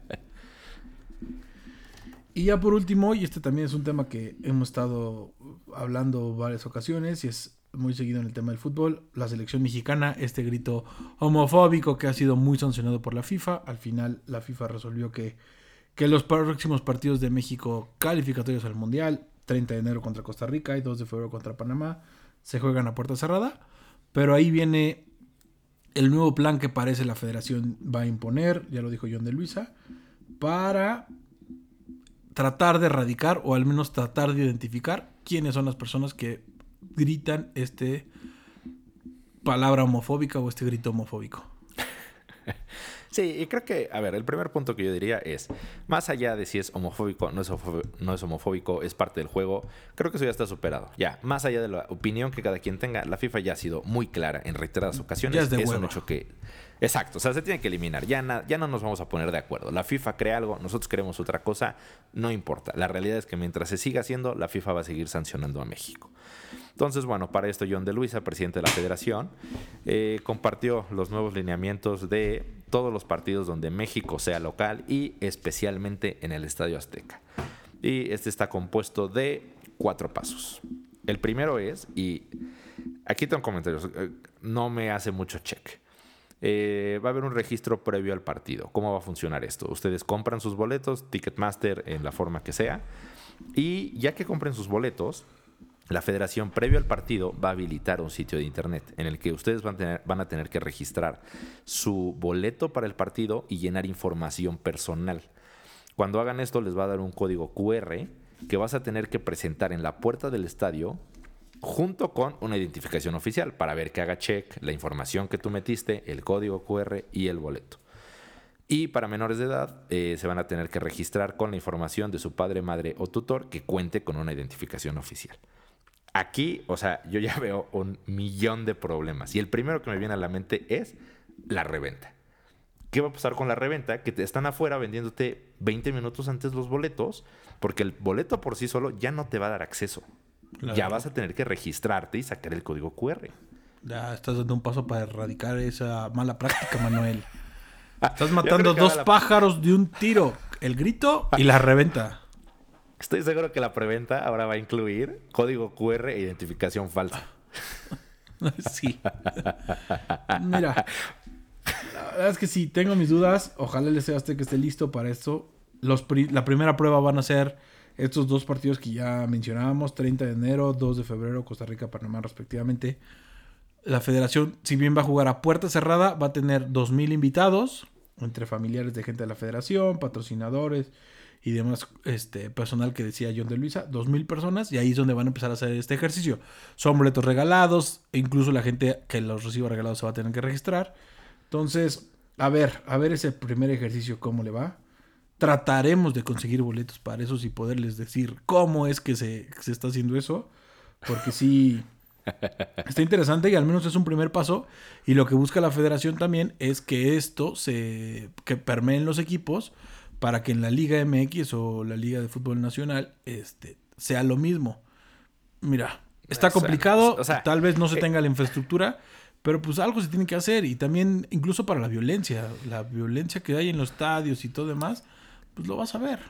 Y ya por último, y este también es un tema que hemos estado hablando varias ocasiones y es muy seguido en el tema del fútbol. La selección mexicana, este grito homofóbico que ha sido muy sancionado por la FIFA. Al final la FIFA resolvió que, que los próximos partidos de México calificatorios al Mundial, treinta de enero contra Costa Rica y dos de febrero contra Panamá, se juegan a puerta cerrada. Pero ahí viene el nuevo plan que parece la federación va a imponer, ya lo dijo John de Luisa, para tratar de erradicar o al menos tratar de identificar quiénes son las personas que gritan este palabra homofóbica o este grito homofóbico. Sí, y creo que, a ver, el primer punto que yo diría es, más allá de si es homofóbico, no es homofóbico, no es homofóbico, es parte del juego, creo que eso ya está superado. Ya, más allá de la opinión que cada quien tenga, la FIFA ya ha sido muy clara en reiteradas ocasiones. Ya es de es hueva. un hecho que... Exacto, o sea, se tiene que eliminar. Ya, na, ya no nos vamos a poner de acuerdo. La FIFA crea algo, nosotros queremos otra cosa, no importa. La realidad es que mientras se siga haciendo, la FIFA va a seguir sancionando a México. Entonces, bueno, para esto John de Luisa, presidente de la federación, eh, compartió los nuevos lineamientos de todos los partidos donde México sea local y especialmente en el Estadio Azteca. Y este está compuesto de cuatro pasos. El primero es, y aquí tengo comentarios, eh, no me hace mucho check. Eh, va a haber un registro previo al partido. ¿Cómo va a funcionar esto? Ustedes compran sus boletos, Ticketmaster en la forma que sea, y ya que compren sus boletos, la federación previo al partido va a habilitar un sitio de internet en el que ustedes van a tener, van a tener que registrar su boleto para el partido y llenar información personal. Cuando hagan esto les va a dar un código cu erre que vas a tener que presentar en la puerta del estadio junto con una identificación oficial para ver que haga check la información que tú metiste, el código cu erre y el boleto. Y para menores de edad eh, se van a tener que registrar con la información de su padre, madre o tutor que cuente con una identificación oficial. Aquí, o sea, yo ya veo un millón de problemas. Y el primero que me viene a la mente es la reventa. ¿Qué va a pasar con la reventa? Que te están afuera vendiéndote veinte minutos antes los boletos, porque el boleto por sí solo ya no te va a dar acceso. Claro. Ya vas a tener que registrarte y sacar el código cu erre. Ya estás dando un paso para erradicar esa mala práctica, Manuel. Estás matando dos la... pájaros de un tiro. El grito y la reventa. Estoy seguro que la preventa ahora va a incluir código cu erre e identificación falsa. Sí. Mira, la verdad es que sí, tengo mis dudas. Ojalá el Estadio Azteca esté listo para esto. Los pri- la primera prueba van a ser estos dos partidos que ya mencionábamos. treinta de enero, dos de febrero, Costa Rica, Panamá respectivamente. La federación, si bien va a jugar a puerta cerrada, va a tener dos mil invitados entre familiares de gente de la federación, patrocinadores y demás este, personal que decía John de Luisa, dos mil personas, y ahí es donde van a empezar a hacer este ejercicio. Son boletos regalados, e incluso la gente que los reciba regalados se va a tener que registrar. Entonces, a ver, a ver ese primer ejercicio cómo le va. Trataremos de conseguir boletos para esos y poderles decir cómo es que se, que se está haciendo eso, porque sí, está interesante y al menos es un primer paso, y lo que busca la federación también es que esto se que permee en los equipos, para que en la Liga eme equis o la Liga de Fútbol Nacional este, sea lo mismo. Mira, está complicado, o sea, tal vez no se tenga la infraestructura, pero pues algo se tiene que hacer. Y también, incluso para la violencia, la violencia que hay en los estadios y todo demás, pues lo vas a ver.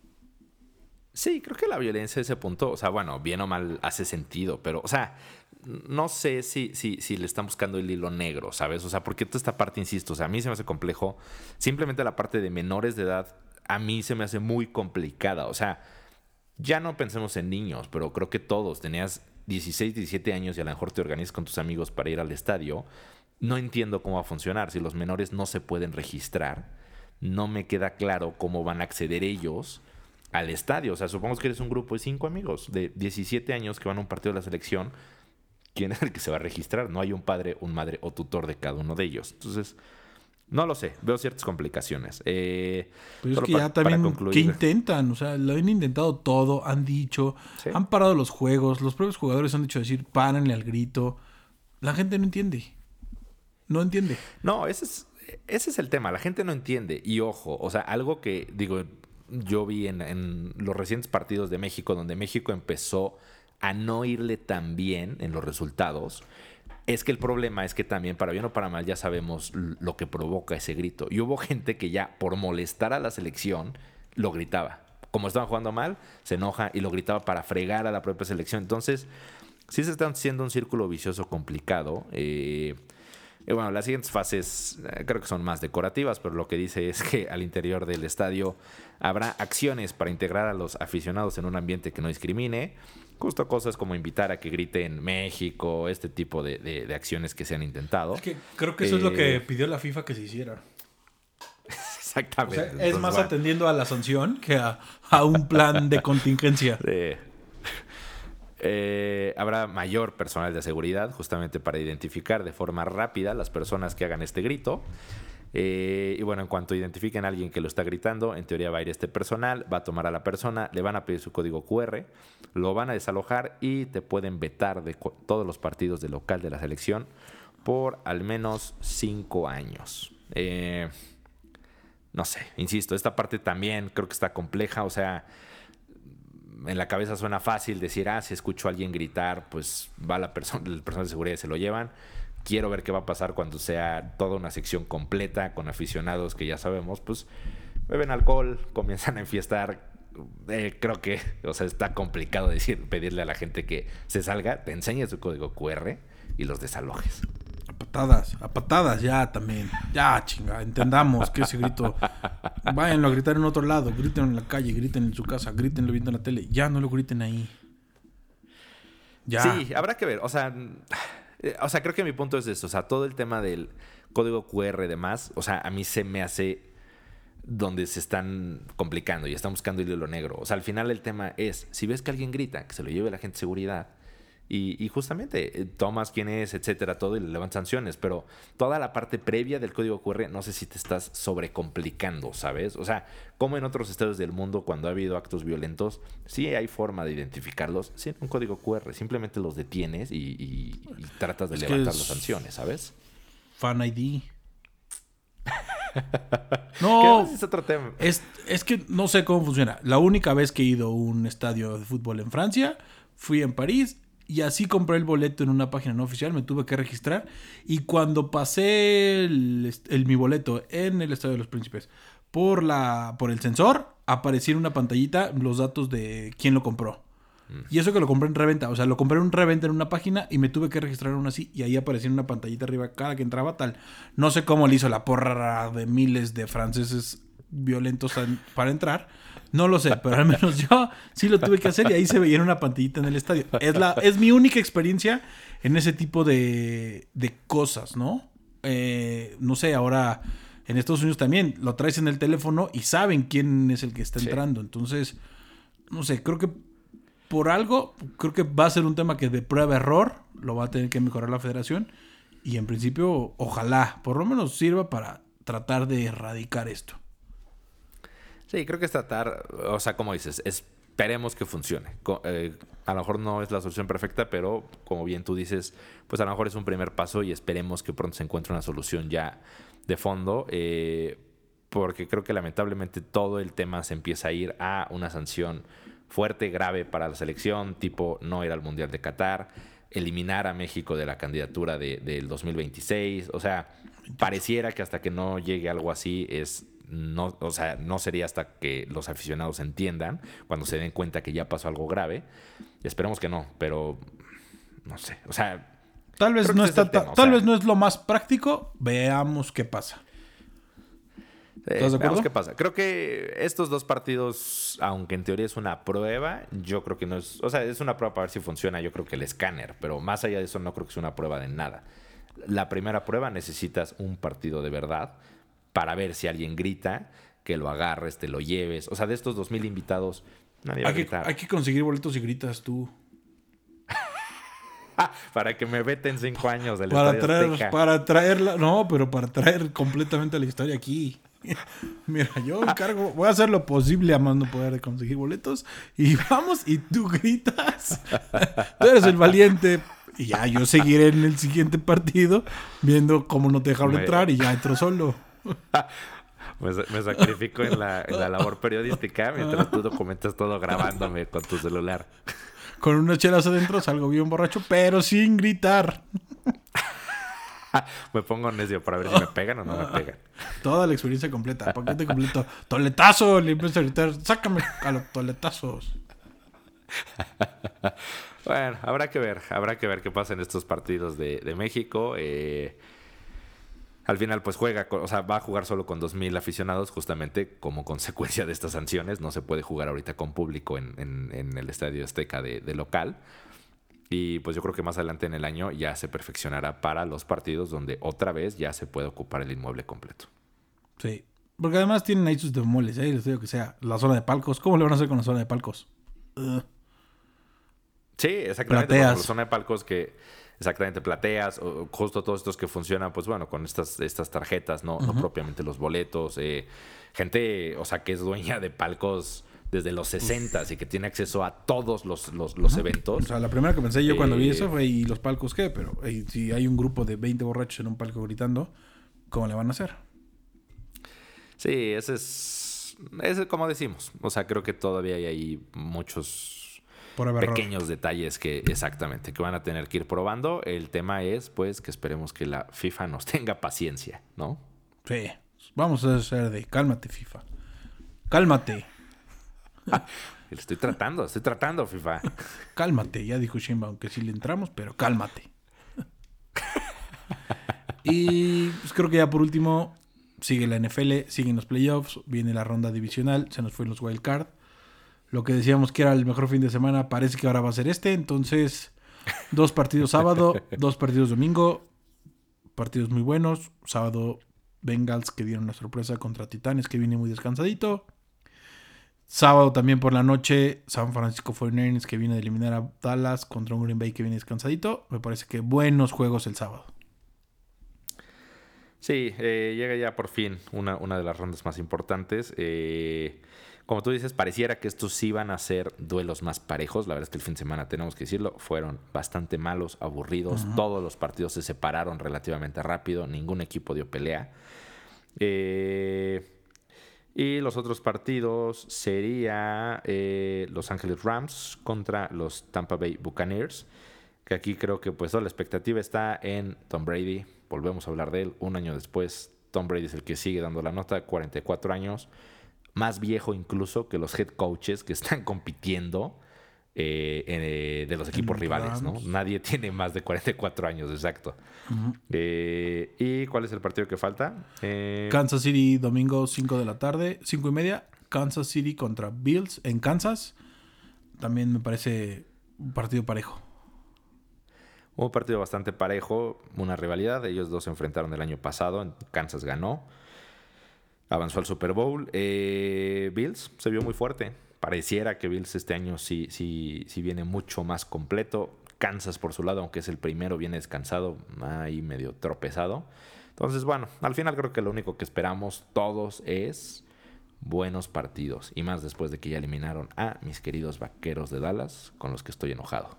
Sí, creo que la violencia a ese punto, o sea, bueno, bien o mal hace sentido, pero, o sea, no sé si, si, si le están buscando el hilo negro, ¿sabes? O sea, porque toda esta parte, insisto, o sea, a mí se me hace complejo. Simplemente la parte de menores de edad, a mí se me hace muy complicada. O sea, ya no pensemos en niños, pero creo que todos, tenías dieciséis, diecisiete años y a lo mejor te organizas con tus amigos para ir al estadio. No entiendo cómo va a funcionar. Si los menores no se pueden registrar, no me queda claro cómo van a acceder ellos al estadio. O sea, supongamos que eres un grupo de cinco amigos de diecisiete años que van a un partido de la selección. ¿Quién es el que se va a registrar? No hay un padre, un madre o tutor de cada uno de ellos. Entonces, no lo sé. Veo ciertas complicaciones. Eh, Pero es que ya también, ¿qué intentan? O sea, lo han intentado todo, han dicho, ¿sí? Han parado los juegos, los propios jugadores han dicho decir, párenle al grito. La gente no entiende. No entiende. No, ese es, ese es el tema. La gente no entiende. Y ojo, o sea, algo que, digo, yo vi en, en los recientes partidos de México, donde México empezó a no irle tan bien en los resultados, es que el problema es que también, para bien o para mal, ya sabemos lo que provoca ese grito. Y hubo gente que ya, por molestar a la selección, lo gritaba. como estaban jugando mal, se enoja y lo gritaba para fregar a la propia selección. Entonces, sí se está haciendo un círculo vicioso complicado. Eh, y bueno, las siguientes fases eh, creo que son más decorativas, pero lo que dice es que al interior del estadio habrá acciones para integrar a los aficionados en un ambiente que no discrimine. Justo cosas como invitar a que griten México, este tipo de, de, de acciones que se han intentado. Es que creo que eso eh, es lo que pidió la FIFA que se hiciera. Exactamente. O sea, es Entonces, más bueno. atendiendo a la sanción que a, a un plan de contingencia. Sí. Eh, habrá mayor personal de seguridad justamente para identificar de forma rápida las personas que hagan este grito. Eh, y bueno, en cuanto identifiquen a alguien que lo está gritando, en teoría va a ir este personal, va a tomar a la persona, le van a pedir su código cu erre, lo van a desalojar y te pueden vetar de co- todos los partidos de local de la selección por al menos cinco años. Eh, no sé, insisto, esta parte también creo que está compleja, o sea, en la cabeza suena fácil decir, ah, si escucho a alguien gritar, pues va la persona, el personal de seguridad y se lo llevan. Quiero ver qué va a pasar cuando sea toda una sección completa con aficionados que ya sabemos, pues beben alcohol, comienzan a enfiestar. Eh, creo que, o sea, está complicado decir, pedirle a la gente que se salga, te enseñe su código cu erre y los desalojes. A patadas, a patadas ya también. Ya, chinga, entendamos que ese grito, váyanlo a gritar en otro lado, griten en la calle, griten en su casa, grítenlo viendo en la tele, ya no lo griten ahí. Ya. Sí, habrá que ver, o sea... O sea, creo que mi punto es esto. O sea, todo el tema del código cu erre y demás, o sea, a mí se me hace donde se están complicando y están buscando el hilo negro. O sea, al final el tema es, si ves que alguien grita, que se lo lleve la gente de seguridad y, y justamente eh, tomas quién es, etcétera, todo y le levantan sanciones. Pero toda la parte previa del código cu erre, no sé si te estás sobrecomplicando, ¿sabes? O sea, como en otros estados del mundo, cuando ha habido actos violentos, sí hay forma de identificarlos sin un código cu erre. Simplemente los detienes y, y, y tratas de es levantar las sanciones, ¿sabes? Fan I D. No, es otro tema. Es, es que no sé cómo funciona. La única vez que he ido a un estadio de fútbol en Francia, fui en París. Y así compré el boleto en una página no oficial, me tuve que registrar. Y cuando pasé el, el, mi boleto en el Estadio de los Príncipes por, la, por el sensor, apareció en una pantallita los datos de quién lo compró. Mm. Y eso que lo compré en reventa. O sea, lo compré en reventa en una página y me tuve que registrar aún así. Y ahí aparecía en una pantallita arriba cada que entraba tal. No sé cómo le hizo la porra de miles de franceses violentos para entrar. No lo sé, pero al menos yo sí lo tuve que hacer y ahí se veía en una pantallita en el estadio. Es, la, es mi única experiencia en ese tipo de, de cosas, ¿no? Eh, no sé, ahora en Estados Unidos también lo traes en el teléfono y saben quién es el que está entrando. Sí. Entonces, no sé, creo que por algo, creo que va a ser un tema que de prueba-error lo va a tener que mejorar la federación y en principio, ojalá, por lo menos sirva para tratar de erradicar esto. Sí, creo que es tratar, o sea, como dices, esperemos que funcione. Eh, a lo mejor no es la solución perfecta, pero como bien tú dices, pues a lo mejor es un primer paso y esperemos que pronto se encuentre una solución ya de fondo, eh, porque creo que lamentablemente todo el tema se empieza a ir a una sanción fuerte, grave para la selección, tipo no ir al Mundial de Qatar, eliminar a México de la candidatura de, del dos mil veintiséis, o sea, pareciera que hasta que no llegue algo así es... No, o sea, no sería hasta que los aficionados entiendan, cuando se den cuenta que ya pasó algo grave. Esperemos que no, pero no sé. O sea, tal vez no está, ta, tal sea, vez no es lo más práctico. Veamos qué pasa. ¿Estás de acuerdo? Veamos qué pasa. Creo que estos dos partidos, aunque en teoría es una prueba, yo creo que no es, o sea, es una prueba para ver si funciona. Yo creo que el escáner, pero más allá de eso, no creo que sea una prueba de nada. La primera prueba necesitas un partido de verdad. Para ver si alguien grita, que lo agarres, te lo lleves. O sea, de estos dos mil invitados, nadie va a gritar. Que, hay que conseguir boletos y gritas tú. Para que me veten cinco años del para Estadio traer, Azteca. Para traerla, no, pero para traer completamente la historia aquí. Mira, yo encargo, voy a hacer lo posible a más no poder conseguir boletos. Y vamos, y tú gritas. Tú eres el valiente. Y ya, yo seguiré en el siguiente partido viendo cómo no te dejaron me... entrar y ya entro solo. me, me sacrifico en la, en la labor periodística mientras tú documentas todo grabándome con tu celular. Con unas chelas adentro salgo bien borracho, pero sin gritar. Me pongo necio para ver si me pegan o no me pegan. Toda la experiencia completa, paquete completo. Toletazo, le empiezo a gritar, sácame a los toletazos. Bueno, habrá que ver, habrá que ver qué pasa en estos partidos de, de México. Eh, al final, pues juega, o sea, va a jugar solo con dos mil aficionados, justamente como consecuencia de estas sanciones. No se puede jugar ahorita con público en, en, en el Estadio Azteca de, de local. Y pues yo creo que más adelante en el año ya se perfeccionará para los partidos donde otra vez ya se puede ocupar el inmueble completo. Sí, porque además tienen ahí sus demoles, ¿eh? Les digo que sea la zona de palcos. ¿Cómo le van a hacer con la zona de palcos? Uh. Sí, exactamente. Plateas. La zona de palcos que... Exactamente, plateas, o justo todos estos que funcionan, pues bueno, con estas, estas tarjetas, no, uh-huh. no propiamente los boletos. Eh, gente, o sea, que es dueña de palcos desde los sesentas y que tiene acceso a todos los, los, los uh-huh. eventos. O sea, la primera que pensé yo eh, cuando vi eso fue, ¿y los palcos qué? Pero hey, si hay un grupo de veinte borrachos en un palco gritando, ¿cómo le van a hacer? Sí, ese es, ese es como decimos. O sea, creo que todavía hay ahí muchos... pequeños error. detalles que exactamente que van a tener que ir probando. El tema es pues que esperemos que la FIFA nos tenga paciencia, ¿no? Sí, vamos a hacer de cálmate, FIFA. Cálmate. Estoy tratando, estoy tratando, FIFA. Cálmate, ya dijo Sheinbaum que sí le entramos, pero cálmate. Y pues creo que ya por último sigue la N F L, siguen los playoffs, viene la ronda divisional, se nos fue los wild card. Lo que decíamos que era el mejor fin de semana parece que ahora va a ser este. Entonces, dos partidos sábado, dos partidos domingo. Partidos muy buenos. Sábado, Bengals que dieron una sorpresa contra Titanes, que viene muy descansadito. Sábado también por la noche, San Francisco cuarenta y nueve ers que viene de eliminar a Dallas contra un Green Bay que viene descansadito. Me parece que buenos juegos el sábado. Sí, eh, llega ya por fin una, una de las rondas más importantes. Eh... Como tú dices, pareciera que estos sí van a ser duelos más parejos. La verdad es que el fin de semana, tenemos que decirlo, fueron bastante malos, aburridos. Uh-huh. Todos los partidos se separaron relativamente rápido. Ningún equipo dio pelea. Eh, y los otros partidos sería eh, Los Ángeles Rams contra los Tampa Bay Buccaneers. Que aquí creo que pues toda la expectativa está en Tom Brady. Volvemos a hablar de él un año después. Tom Brady es el que sigue dando la nota, cuarenta y cuatro años. Más viejo incluso que los head coaches que están compitiendo eh, eh, de los equipos rivales, ¿no? Nadie tiene más de cuarenta y cuatro años, exacto. Uh-huh. Eh, ¿Y cuál es el partido que falta? Eh... Kansas City, domingo cinco de la tarde, cinco y media. Kansas City contra Bills en Kansas. También me parece un partido parejo. Un partido bastante parejo, una rivalidad. Ellos dos se enfrentaron el año pasado. Kansas ganó. Avanzó al Super Bowl. Eh, Bills se vio muy fuerte. Pareciera que Bills este año sí, sí, sí viene mucho más completo. Kansas por su lado, aunque es el primero, viene descansado, ahí medio tropezado. Entonces, bueno, al final creo que lo único que esperamos todos es buenos partidos. Y más después de que ya eliminaron a mis queridos Vaqueros de Dallas, con los que estoy enojado.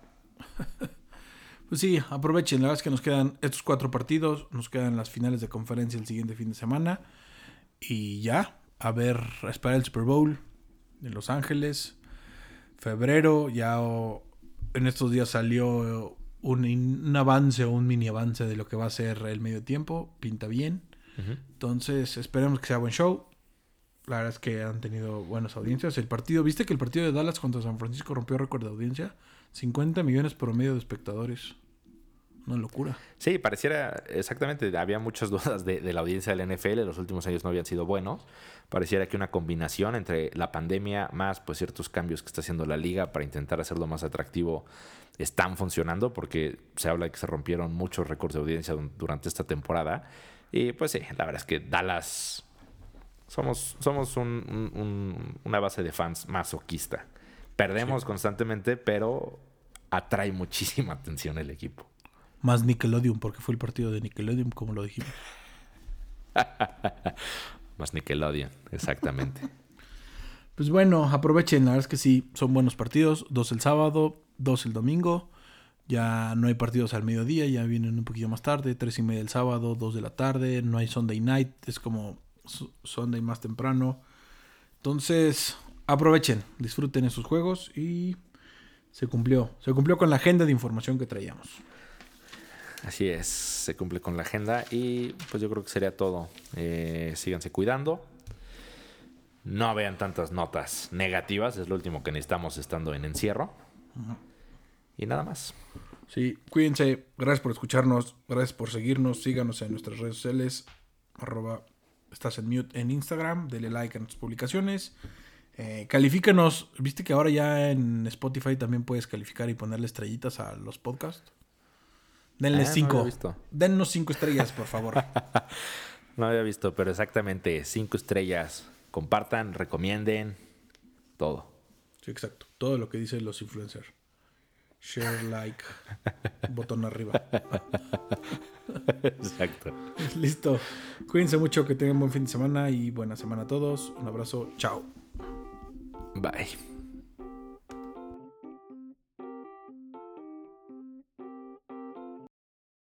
Pues sí, aprovechen. La verdad es que nos quedan estos cuatro partidos. Nos quedan las finales de conferencia el siguiente fin de semana. Y ya, a ver, a esperar el Super Bowl en Los Ángeles. Febrero, ya oh, en estos días salió un, un avance o un mini avance de lo que va a ser el medio tiempo. Pinta bien. Uh-huh. Entonces, esperemos que sea buen show. La verdad es que han tenido buenas audiencias. El partido, ¿viste que el partido de Dallas contra San Francisco rompió récord de audiencia? cincuenta millones promedio de espectadores. Una locura. Sí, pareciera exactamente. Había muchas dudas de, de la audiencia del N F L. Los últimos años no habían sido buenos. Pareciera que una combinación entre la pandemia más pues ciertos cambios que está haciendo la liga para intentar hacerlo más atractivo están funcionando, porque se habla de que se rompieron muchos récords de audiencia durante esta temporada. Y pues sí, la verdad es que Dallas somos, somos un, un, un, una base de fans masoquista. Perdemos sí. constantemente, pero atrae muchísima atención el equipo. Más Nickelodeon, porque fue el partido de Nickelodeon, como lo dijimos. Más Nickelodeon, exactamente. Pues bueno, aprovechen, la verdad es que sí, son buenos partidos. Dos el sábado, dos el domingo. Ya no hay partidos al mediodía, ya vienen un poquito más tarde. Tres y media el sábado, dos de la tarde. No hay Sunday night, es como Sunday más temprano. Entonces, aprovechen, disfruten esos juegos y se cumplió. Se cumplió con la agenda de información que traíamos. Así es, se cumple con la agenda y pues yo creo que sería todo. Eh, síganse cuidando. No vean tantas notas negativas, es lo último que necesitamos estando en encierro. Uh-huh. Y nada más. Sí, cuídense. Gracias por escucharnos, gracias por seguirnos. Síganos en nuestras redes sociales. Arroba estás en mute en Instagram. Dele like a nuestras publicaciones. Eh, califícanos. Viste que ahora ya en Spotify también puedes calificar y ponerle estrellitas a los podcasts. Denle ah, cinco. No había visto. Dennos cinco estrellas, por favor. No había visto, pero exactamente cinco estrellas. Compartan, recomienden, todo. Sí, exacto. Todo lo que dicen los influencers. Share, like, botón arriba. Exacto. Listo. Cuídense mucho, que tengan buen fin de semana y buena semana a todos. Un abrazo. Chao. Bye.